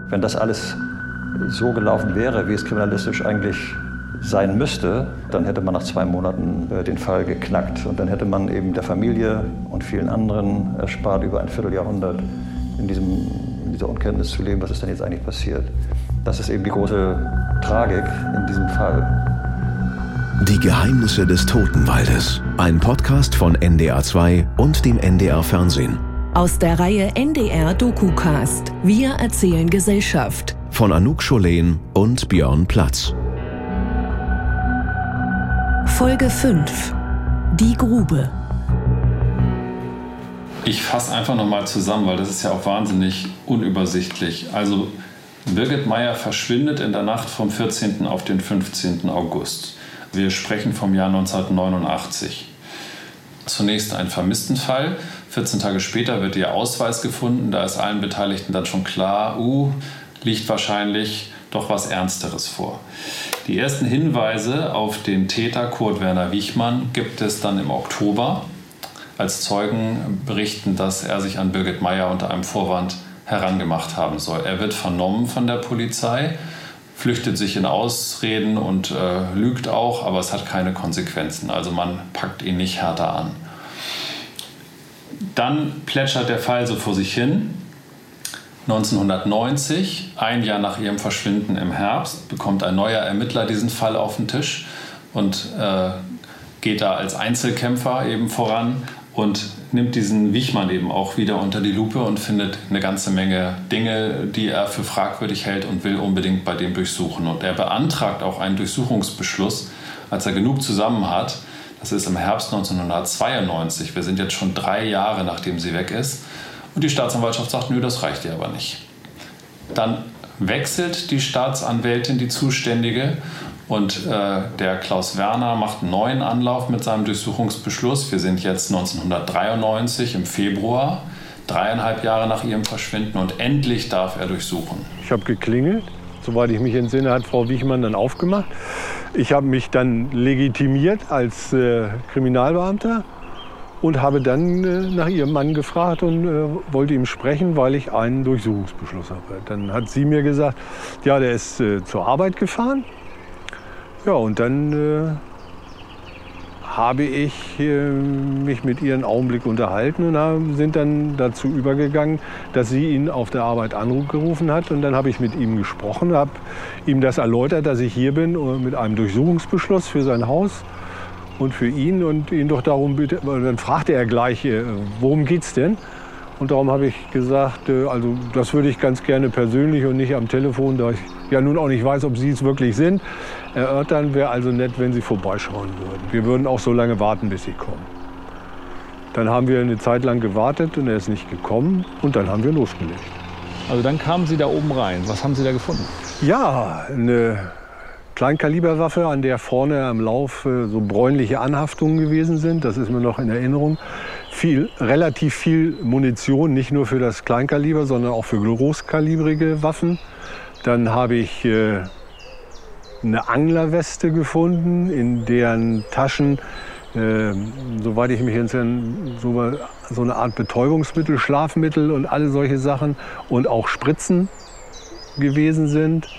Wenn das alles so gelaufen wäre, wie es kriminalistisch eigentlich sein müsste, dann hätte man nach 2 Monaten den Fall geknackt. Und dann hätte man eben der Familie und vielen anderen erspart, über ein Vierteljahrhundert in dieser Unkenntnis zu leben, was ist denn jetzt eigentlich passiert. Das ist eben die große Tragik in diesem Fall. Die Geheimnisse des Totenwaldes. Ein Podcast von NDR 2 und dem NDR Fernsehen. Aus der Reihe NDR DokuCast. Wir erzählen Gesellschaft. Von Anouk Scholen und Björn Platz. Folge 5. Die Grube. Ich fasse einfach nochmal zusammen, weil das ist ja auch wahnsinnig unübersichtlich. Also Birgit Meyer verschwindet in der Nacht vom 14. auf den 15. August. Wir sprechen vom Jahr 1989. Zunächst ein Vermisstenfall. 14 Tage später wird ihr Ausweis gefunden. Da ist allen Beteiligten dann schon klar, liegt wahrscheinlich doch was Ernsteres vor. Die ersten Hinweise auf den Täter Kurt Werner Wichmann gibt es dann im Oktober, als Zeugen berichten, dass er sich an Birgit Meyer unter einem Vorwand herangemacht haben soll. Er wird vernommen von der Polizei, flüchtet sich in Ausreden und lügt auch, aber es hat keine Konsequenzen. Also man packt ihn nicht härter an. Dann plätschert der Fall so vor sich hin. 1990, ein Jahr nach ihrem Verschwinden im Herbst, bekommt ein neuer Ermittler diesen Fall auf den Tisch und geht da als Einzelkämpfer eben voran und nimmt diesen Wichmann eben auch wieder unter die Lupe und findet eine ganze Menge Dinge, die er für fragwürdig hält und will unbedingt bei dem durchsuchen. Und er beantragt auch einen Durchsuchungsbeschluss, als er genug zusammen hat. Das ist im Herbst 1992. Wir sind jetzt schon 3 Jahre, nachdem sie weg ist. Und die Staatsanwaltschaft sagt, nö, das reicht ihr aber nicht. Dann wechselt die Staatsanwältin, die Zuständige, und der Klaus Werner macht einen neuen Anlauf mit seinem Durchsuchungsbeschluss. Wir sind jetzt 1993 im Februar, 3,5 Jahre nach ihrem Verschwinden, und endlich darf er durchsuchen. Ich habe geklingelt. Soweit ich mich entsinne, hat Frau Wichmann dann aufgemacht. Ich habe mich dann legitimiert als Kriminalbeamter und habe dann nach ihrem Mann gefragt und wollte ihm sprechen, weil ich einen Durchsuchungsbeschluss habe. Dann hat sie mir gesagt, ja, der ist zur Arbeit gefahren. Ja, und dann habe ich mich mit ihr einen Augenblick unterhalten und sind dann dazu übergegangen, dass sie ihn auf der Arbeit angerufen hat. Und dann habe ich mit ihm gesprochen, habe ihm das erläutert, dass ich hier bin mit einem Durchsuchungsbeschluss für sein Haus und für ihn und ihn doch darum bitte. Dann fragte er gleich, worum geht's denn? Und darum habe ich gesagt, also das würde ich ganz gerne persönlich und nicht am Telefon, da ich ja nun auch nicht weiß, ob Sie es wirklich sind, erörtern. Wäre also nett, wenn Sie vorbeischauen würden. Wir würden auch so lange warten, bis Sie kommen. Dann haben wir eine Zeit lang gewartet und er ist nicht gekommen und dann haben wir losgelegt. Also dann kamen Sie da oben rein. Was haben Sie da gefunden? Ja, eine Kleinkaliberwaffe, an der vorne am Lauf so bräunliche Anhaftungen gewesen sind. Das ist mir noch in Erinnerung. Relativ viel Munition, nicht nur für das Kleinkaliber, sondern auch für großkalibrige Waffen. Dann habe ich eine Anglerweste gefunden, in deren Taschen, soweit ich mich entsinne, so eine Art Betäubungsmittel, Schlafmittel und alle solche Sachen und auch Spritzen gewesen sind.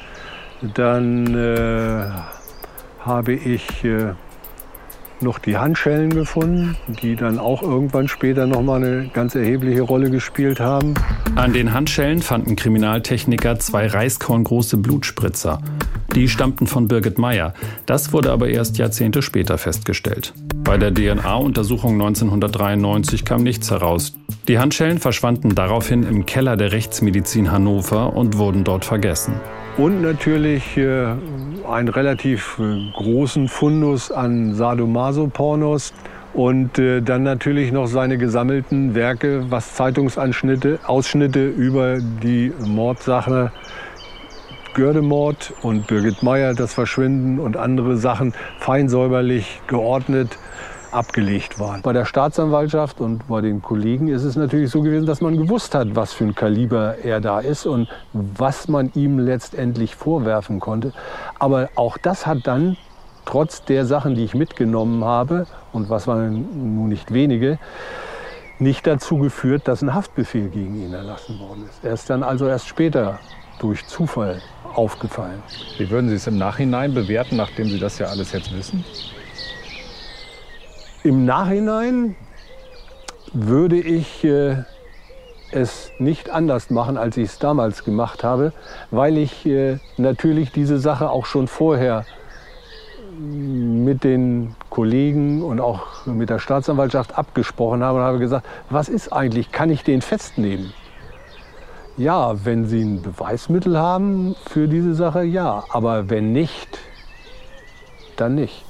Dann habe ich noch die Handschellen gefunden, die dann auch irgendwann später noch mal eine ganz erhebliche Rolle gespielt haben. An den Handschellen fanden Kriminaltechniker 2 reiskorngroße Blutspritzer. Die stammten von Birgit Meyer. Das wurde aber erst Jahrzehnte später festgestellt. Bei der DNA-Untersuchung 1993 kam nichts heraus. Die Handschellen verschwanden daraufhin im Keller der Rechtsmedizin Hannover und wurden dort vergessen. Und natürlich einen relativ großen Fundus an Sadomaso-Pornos und dann natürlich noch seine gesammelten Werke, was Ausschnitte über die Mordsache Göhrde-Mord und Birgit Meyer, das Verschwinden und andere Sachen fein säuberlich geordnet abgelegt waren. Bei der Staatsanwaltschaft und bei den Kollegen ist es natürlich so gewesen, dass man gewusst hat, was für ein Kaliber er da ist und was man ihm letztendlich vorwerfen konnte. Aber auch das hat dann, trotz der Sachen, die ich mitgenommen habe, und was waren nun nicht wenige, nicht dazu geführt, dass ein Haftbefehl gegen ihn erlassen worden ist. Er ist dann also erst später durch Zufall aufgefallen. Wie würden Sie es im Nachhinein bewerten, nachdem Sie das ja alles jetzt wissen? Im Nachhinein würde ich es nicht anders machen, als ich es damals gemacht habe, weil ich natürlich diese Sache auch schon vorher mit den Kollegen und auch mit der Staatsanwaltschaft abgesprochen habe und habe gesagt, was ist eigentlich, kann ich den festnehmen? Ja, wenn Sie ein Beweismittel haben für diese Sache, ja. Aber wenn nicht, dann nicht.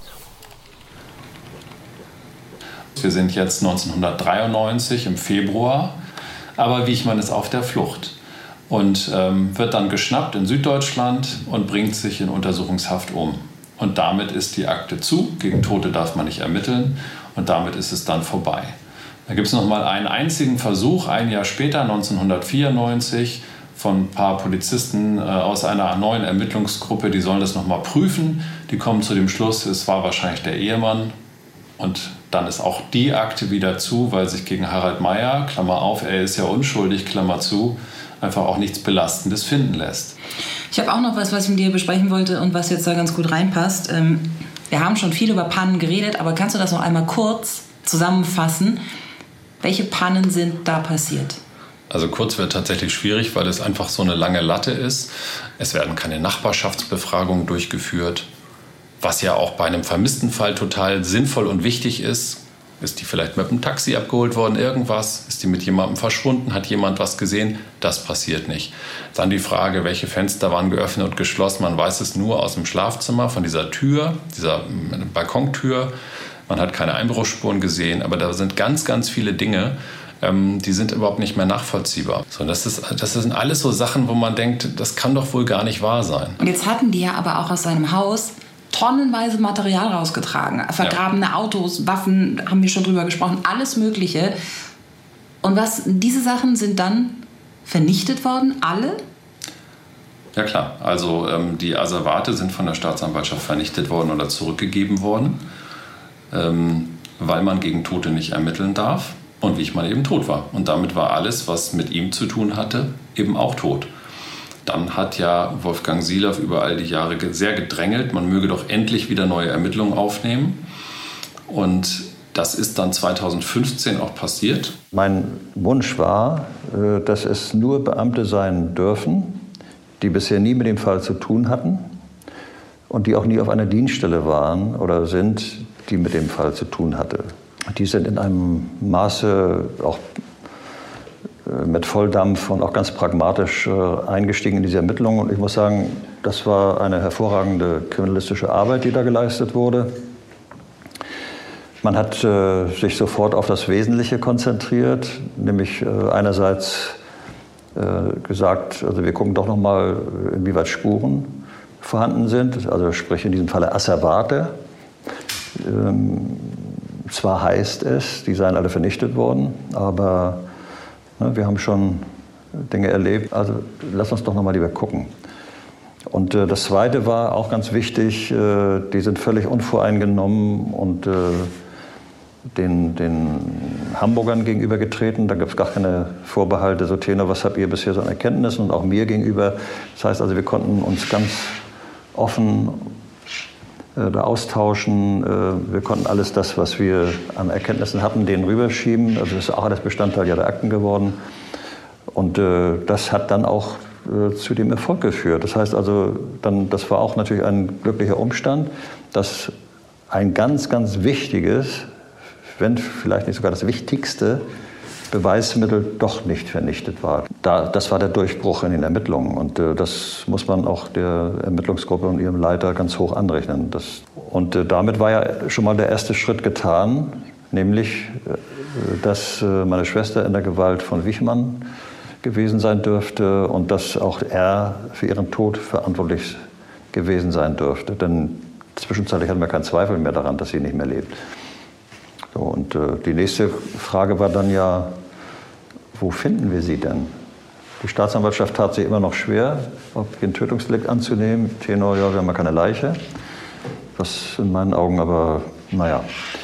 Wir sind jetzt 1993 im Februar, aber Wichmann ist auf der Flucht und wird dann geschnappt in Süddeutschland und bringt sich in Untersuchungshaft um. Und damit ist die Akte zu, gegen Tote darf man nicht ermitteln und damit ist es dann vorbei. Da gibt es noch mal einen einzigen Versuch, ein Jahr später, 1994, von ein paar Polizisten aus einer neuen Ermittlungsgruppe, die sollen das noch mal prüfen. Die kommen zu dem Schluss, es war wahrscheinlich der Ehemann. Und dann ist auch die Akte wieder zu, weil sich gegen Harald Meyer, Klammer auf, er ist ja unschuldig, Klammer zu, einfach auch nichts Belastendes finden lässt. Ich habe auch noch was ich mit dir besprechen wollte und was jetzt da ganz gut reinpasst. Wir haben schon viel über Pannen geredet, aber kannst du das noch einmal kurz zusammenfassen? Welche Pannen sind da passiert? Also kurz wird tatsächlich schwierig, weil es einfach so eine lange Latte ist. Es werden keine Nachbarschaftsbefragungen durchgeführt. Was ja auch bei einem vermissten Fall total sinnvoll und wichtig ist. Ist die vielleicht mit einem Taxi abgeholt worden, irgendwas? Ist die mit jemandem verschwunden? Hat jemand was gesehen? Das passiert nicht. Dann die Frage, welche Fenster waren geöffnet und geschlossen? Man weiß es nur aus dem Schlafzimmer, von dieser Tür, dieser Balkontür. Man hat keine Einbruchsspuren gesehen, aber da sind ganz, ganz viele Dinge, die sind überhaupt nicht mehr nachvollziehbar. So, das sind alles so Sachen, wo man denkt, das kann doch wohl gar nicht wahr sein. Und jetzt hatten die ja aber auch aus seinem Haus tonnenweise Material rausgetragen. Vergrabene Autos, Waffen, haben wir schon drüber gesprochen, alles Mögliche. Und diese Sachen sind dann vernichtet worden, alle? Ja klar, also die Asservate sind von der Staatsanwaltschaft vernichtet worden oder zurückgegeben worden, weil man gegen Tote nicht ermitteln darf und Wichmann eben tot war. Und damit war alles, was mit ihm zu tun hatte, eben auch tot. Dann hat ja Wolfgang Silow über all die Jahre sehr gedrängelt, man möge doch endlich wieder neue Ermittlungen aufnehmen. Und das ist dann 2015 auch passiert. Mein Wunsch war, dass es nur Beamte sein dürfen, die bisher nie mit dem Fall zu tun hatten und die auch nie auf einer Dienststelle waren oder sind, die mit dem Fall zu tun hatte. Die sind in einem Maße auch mit Volldampf und auch ganz pragmatisch eingestiegen in diese Ermittlungen. Und ich muss sagen, das war eine hervorragende kriminalistische Arbeit, die da geleistet wurde. Man hat sich sofort auf das Wesentliche konzentriert, nämlich einerseits gesagt, also wir gucken doch noch mal, inwieweit Spuren vorhanden sind, also sprich in diesem Falle Asservate. Zwar heißt es, die seien alle vernichtet worden, aber wir haben schon Dinge erlebt, also lass uns doch noch mal lieber gucken. Und das Zweite war auch ganz wichtig, die sind völlig unvoreingenommen und den Hamburgern gegenübergetreten. Da gab es gar keine Vorbehalte, so Tenor, was habt ihr bisher so an Erkenntnissen, und auch mir gegenüber. Das heißt also, wir konnten uns ganz offen da austauschen. Wir konnten alles das, was wir an Erkenntnissen hatten, denen rüberschieben. Also das ist auch alles Bestandteil der Akten geworden. Und das hat dann auch zu dem Erfolg geführt. Das heißt also, das war auch natürlich ein glücklicher Umstand, dass ein ganz, ganz wichtiges, wenn vielleicht nicht sogar das wichtigste Beweismittel doch nicht vernichtet war. Das war der Durchbruch in den Ermittlungen. Und das muss man auch der Ermittlungsgruppe und ihrem Leiter ganz hoch anrechnen. Und damit war ja schon mal der erste Schritt getan, nämlich, dass meine Schwester in der Gewalt von Wichmann gewesen sein dürfte und dass auch er für ihren Tod verantwortlich gewesen sein dürfte. Denn zwischenzeitlich hatten wir keinen Zweifel mehr daran, dass sie nicht mehr lebt. So, und die nächste Frage war dann ja, wo finden wir sie denn? Die Staatsanwaltschaft tat sich immer noch schwer, ein Tötungsdelikt anzunehmen. Tenor, ja, wir haben ja keine Leiche. Was in meinen Augen aber, naja,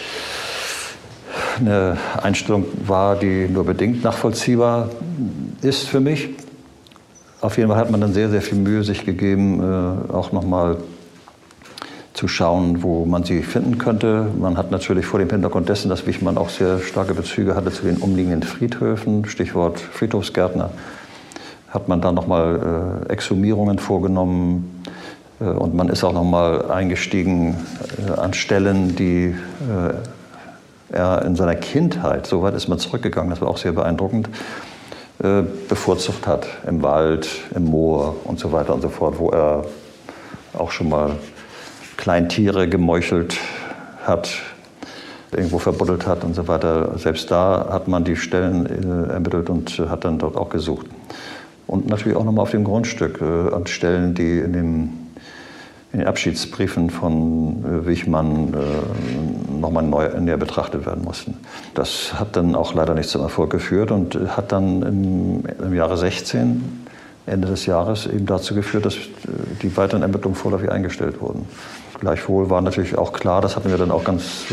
eine Einstellung war, die nur bedingt nachvollziehbar ist für mich. Auf jeden Fall hat man dann sehr, sehr viel Mühe sich gegeben, auch nochmal zu schauen, wo man sie finden könnte. Man hat natürlich vor dem Hintergrund dessen, dass Wichmann auch sehr starke Bezüge hatte zu den umliegenden Friedhöfen, Stichwort Friedhofsgärtner, hat man dann nochmal Exhumierungen vorgenommen und man ist auch nochmal eingestiegen an Stellen, die er in seiner Kindheit, so weit ist man zurückgegangen, das war auch sehr beeindruckend, bevorzugt hat. Im Wald, im Moor und so weiter und so fort, wo er auch schon mal Kleintiere gemeuchelt hat, irgendwo verbuddelt hat und so weiter. Selbst da hat man die Stellen ermittelt und hat dann dort auch gesucht. Und natürlich auch nochmal auf dem Grundstück an Stellen, die in den Abschiedsbriefen von Wichmann nochmal näher betrachtet werden mussten. Das hat dann auch leider nicht zum Erfolg geführt und hat dann im Jahre 16, Ende des Jahres, eben dazu geführt, dass die weiteren Ermittlungen vorläufig eingestellt wurden. Gleichwohl war natürlich auch klar, das hatten wir dann auch ganz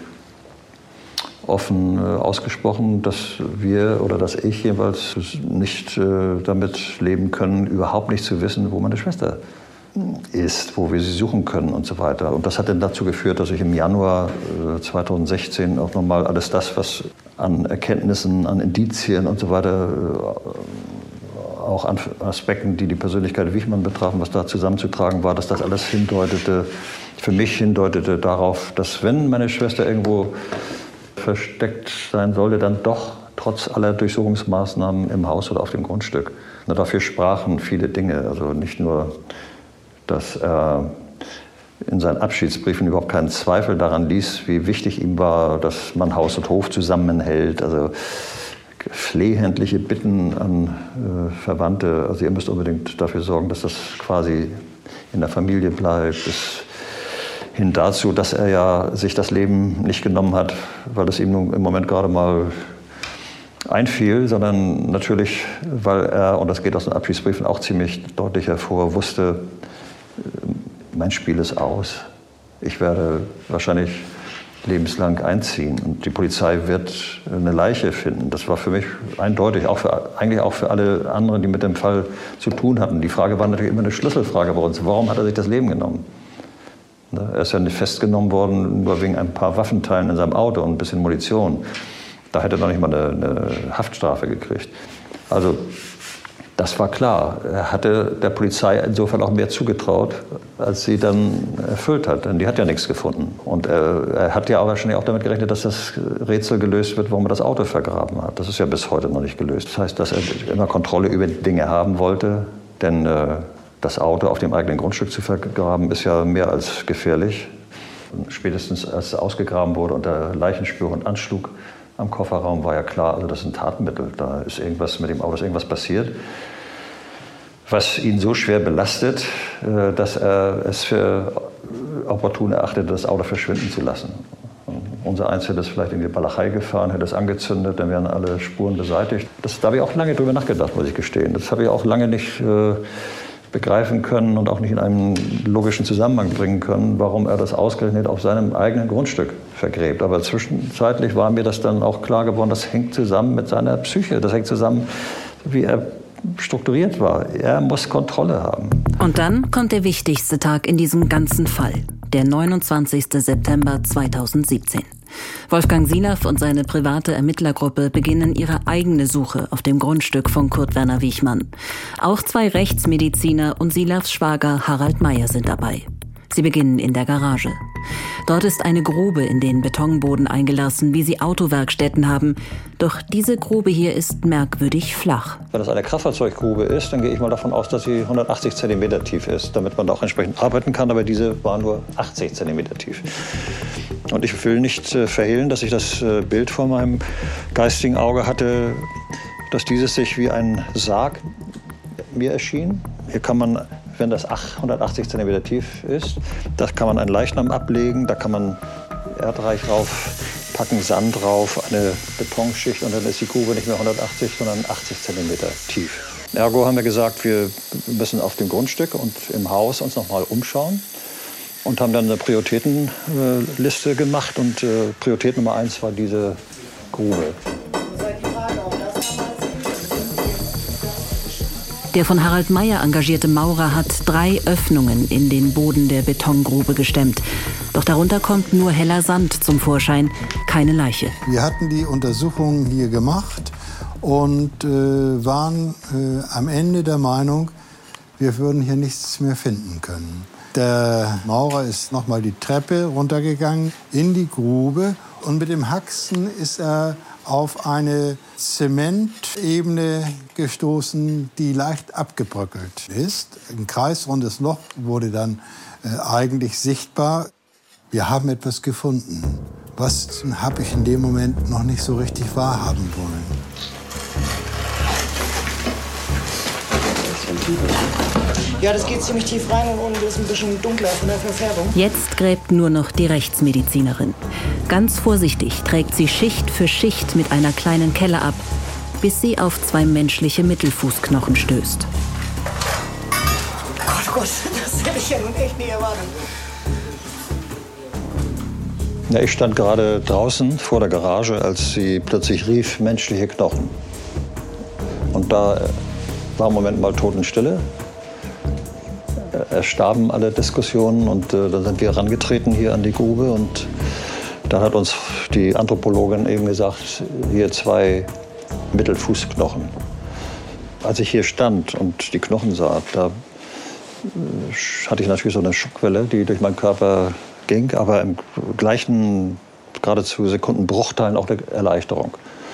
offen ausgesprochen, dass wir oder dass ich jeweils nicht damit leben können, überhaupt nicht zu wissen, wo meine Schwester ist, wo wir sie suchen können und so weiter. Und das hat dann dazu geführt, dass ich im Januar 2016 auch nochmal alles das, was an Erkenntnissen, an Indizien und so weiter, auch an Aspekten, die die Persönlichkeit Wichmann betrafen, was da zusammenzutragen war, dass das alles für mich hindeutete darauf, dass wenn meine Schwester irgendwo versteckt sein sollte, dann doch trotz aller Durchsuchungsmaßnahmen im Haus oder auf dem Grundstück. Und dafür sprachen viele Dinge, also nicht nur, dass er in seinen Abschiedsbriefen überhaupt keinen Zweifel daran ließ, wie wichtig ihm war, dass man Haus und Hof zusammenhält, also flehentliche Bitten an Verwandte, also ihr müsst unbedingt dafür sorgen, dass das quasi in der Familie bleibt, bis hin dazu, dass er ja sich das Leben nicht genommen hat, weil es ihm nun im Moment gerade mal einfiel, sondern natürlich, weil er, und das geht aus den Abschiedsbriefen auch ziemlich deutlich hervor, wusste, mein Spiel ist aus. Ich werde wahrscheinlich lebenslang einziehen und die Polizei wird eine Leiche finden. Das war für mich eindeutig, eigentlich auch für alle anderen, die mit dem Fall zu tun hatten. Die Frage war natürlich immer eine Schlüsselfrage bei uns. Warum hat er sich das Leben genommen? Er ist ja nicht festgenommen worden, nur wegen ein paar Waffenteilen in seinem Auto und ein bisschen Munition. Da hätte er noch nicht mal eine Haftstrafe gekriegt. Also das war klar. Er hatte der Polizei insofern auch mehr zugetraut, als sie dann erfüllt hat. Denn die hat ja nichts gefunden. Und er hat ja auch wahrscheinlich auch damit gerechnet, dass das Rätsel gelöst wird, warum er das Auto vergraben hat. Das ist ja bis heute noch nicht gelöst. Das heißt, dass er immer Kontrolle über die Dinge haben wollte. Denn das Auto auf dem eigenen Grundstück zu vergraben, ist ja mehr als gefährlich. Und spätestens als es ausgegraben wurde und der Leichenspuren anschlug am Kofferraum, war ja klar, also das ist ein Tatmittel. Da ist irgendwas mit dem Auto, ist irgendwas passiert, was ihn so schwer belastet, dass er es für opportun erachtete, das Auto verschwinden zu lassen. Unser Eins hätte es vielleicht in die Walachei gefahren, hätte es angezündet, dann wären alle Spuren beseitigt. Da habe ich auch lange drüber nachgedacht, muss ich gestehen. Das habe ich auch lange nicht begreifen können und auch nicht in einen logischen Zusammenhang bringen können, warum er das ausgerechnet auf seinem eigenen Grundstück vergräbt. Aber zwischenzeitlich war mir das dann auch klar geworden, das hängt zusammen mit seiner Psyche, das hängt zusammen, wie er strukturiert war. Er muss Kontrolle haben. Und dann kommt der wichtigste Tag in diesem ganzen Fall, der 29. September 2017. Wolfgang Silaff und seine private Ermittlergruppe beginnen ihre eigene Suche auf dem Grundstück von Kurt Werner Wichmann. Auch 2 Rechtsmediziner und Silaffs Schwager Harald Meyer sind dabei. Sie beginnen in der Garage. Dort ist eine Grube in den Betonboden eingelassen, wie sie Autowerkstätten haben. Doch diese Grube hier ist merkwürdig flach. Wenn das eine Kraftfahrzeuggrube ist, dann gehe ich mal davon aus, dass sie 180 cm tief ist, damit man da auch entsprechend arbeiten kann. Aber diese war nur 80 cm tief. Und ich will nicht verhehlen, dass ich das Bild vor meinem geistigen Auge hatte, dass dieses sich wie ein Sarg mir erschien. Hier kann man, wenn das 180 cm tief ist, da kann man einen Leichnam ablegen, da kann man Erdreich draufpacken, Sand drauf, eine Betonschicht und dann ist die Grube nicht mehr 180, sondern 80 cm tief. Ergo haben wir gesagt, wir müssen auf dem Grundstück und im Haus uns noch mal umschauen und haben dann eine Prioritätenliste gemacht und Priorität Nummer 1 war diese Grube. Der von Harald Meyer engagierte Maurer hat 3 Öffnungen in den Boden der Betongrube gestemmt. Doch darunter kommt nur heller Sand zum Vorschein, keine Leiche. Wir hatten die Untersuchungen hier gemacht und waren am Ende der Meinung, wir würden hier nichts mehr finden können. Der Maurer ist nochmal die Treppe runtergegangen in die Grube und mit dem Haxen ist er auf eine Zementebene gestoßen, die leicht abgebröckelt ist. Ein kreisrundes Loch wurde dann eigentlich sichtbar. Wir haben etwas gefunden. Was habe ich in dem Moment noch nicht so richtig wahrhaben wollen. Ja, das geht ziemlich tief rein und unten ist ein bisschen dunkler von der Verfärbung. Jetzt gräbt nur noch die Rechtsmedizinerin. Ganz vorsichtig trägt sie Schicht für Schicht mit einer kleinen Kelle ab, bis sie auf 2 menschliche Mittelfußknochen stößt. Gott, das hätte ich ja nun echt nie erwartet. Ja, ich stand gerade draußen vor der Garage, als sie plötzlich rief, menschliche Knochen. Und da war im Moment mal Totenstille. Erstarben alle Diskussionen und dann sind wir herangetreten hier an die Grube und da hat uns die Anthropologin eben gesagt, hier 2 Mittelfußknochen. Als ich hier stand und die Knochen sah, da hatte ich natürlich so eine Schockwelle, die durch meinen Körper ging, aber im gleichen, geradezu Sekundenbruchteilen auch eine Erleichterung.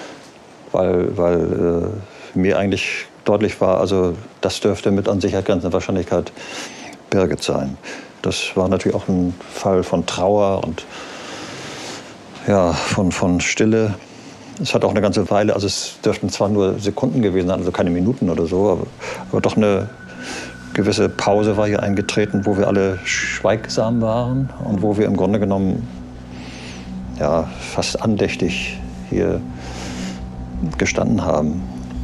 Weil mir eigentlich deutlich war, also das dürfte mit an Sicherheit grenzender Wahrscheinlichkeit Birgit sein. Das war natürlich auch ein Fall von Trauer und ja, von Stille. Es hat auch eine ganze Weile, also es dürften zwar nur Sekunden gewesen sein, also keine Minuten oder so, aber doch eine gewisse Pause war hier eingetreten, wo wir alle schweigsam waren und wo wir im Grunde genommen ja, fast andächtig hier gestanden haben.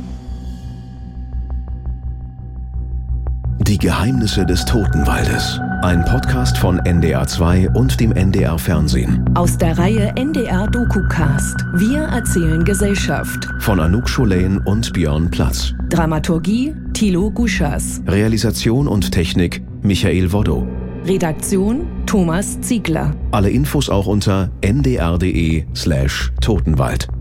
Die Geheimnisse des Totenwaldes. Ein Podcast von NDR2 und dem NDR Fernsehen. Aus der Reihe NDR Doku-Cast. Wir erzählen Gesellschaft. Von Anouk Scholain und Björn Platz. Dramaturgie Thilo Guschas. Realisation und Technik Michael Woddo. Redaktion Thomas Ziegler. Alle Infos auch unter ndr.de/Totenwald.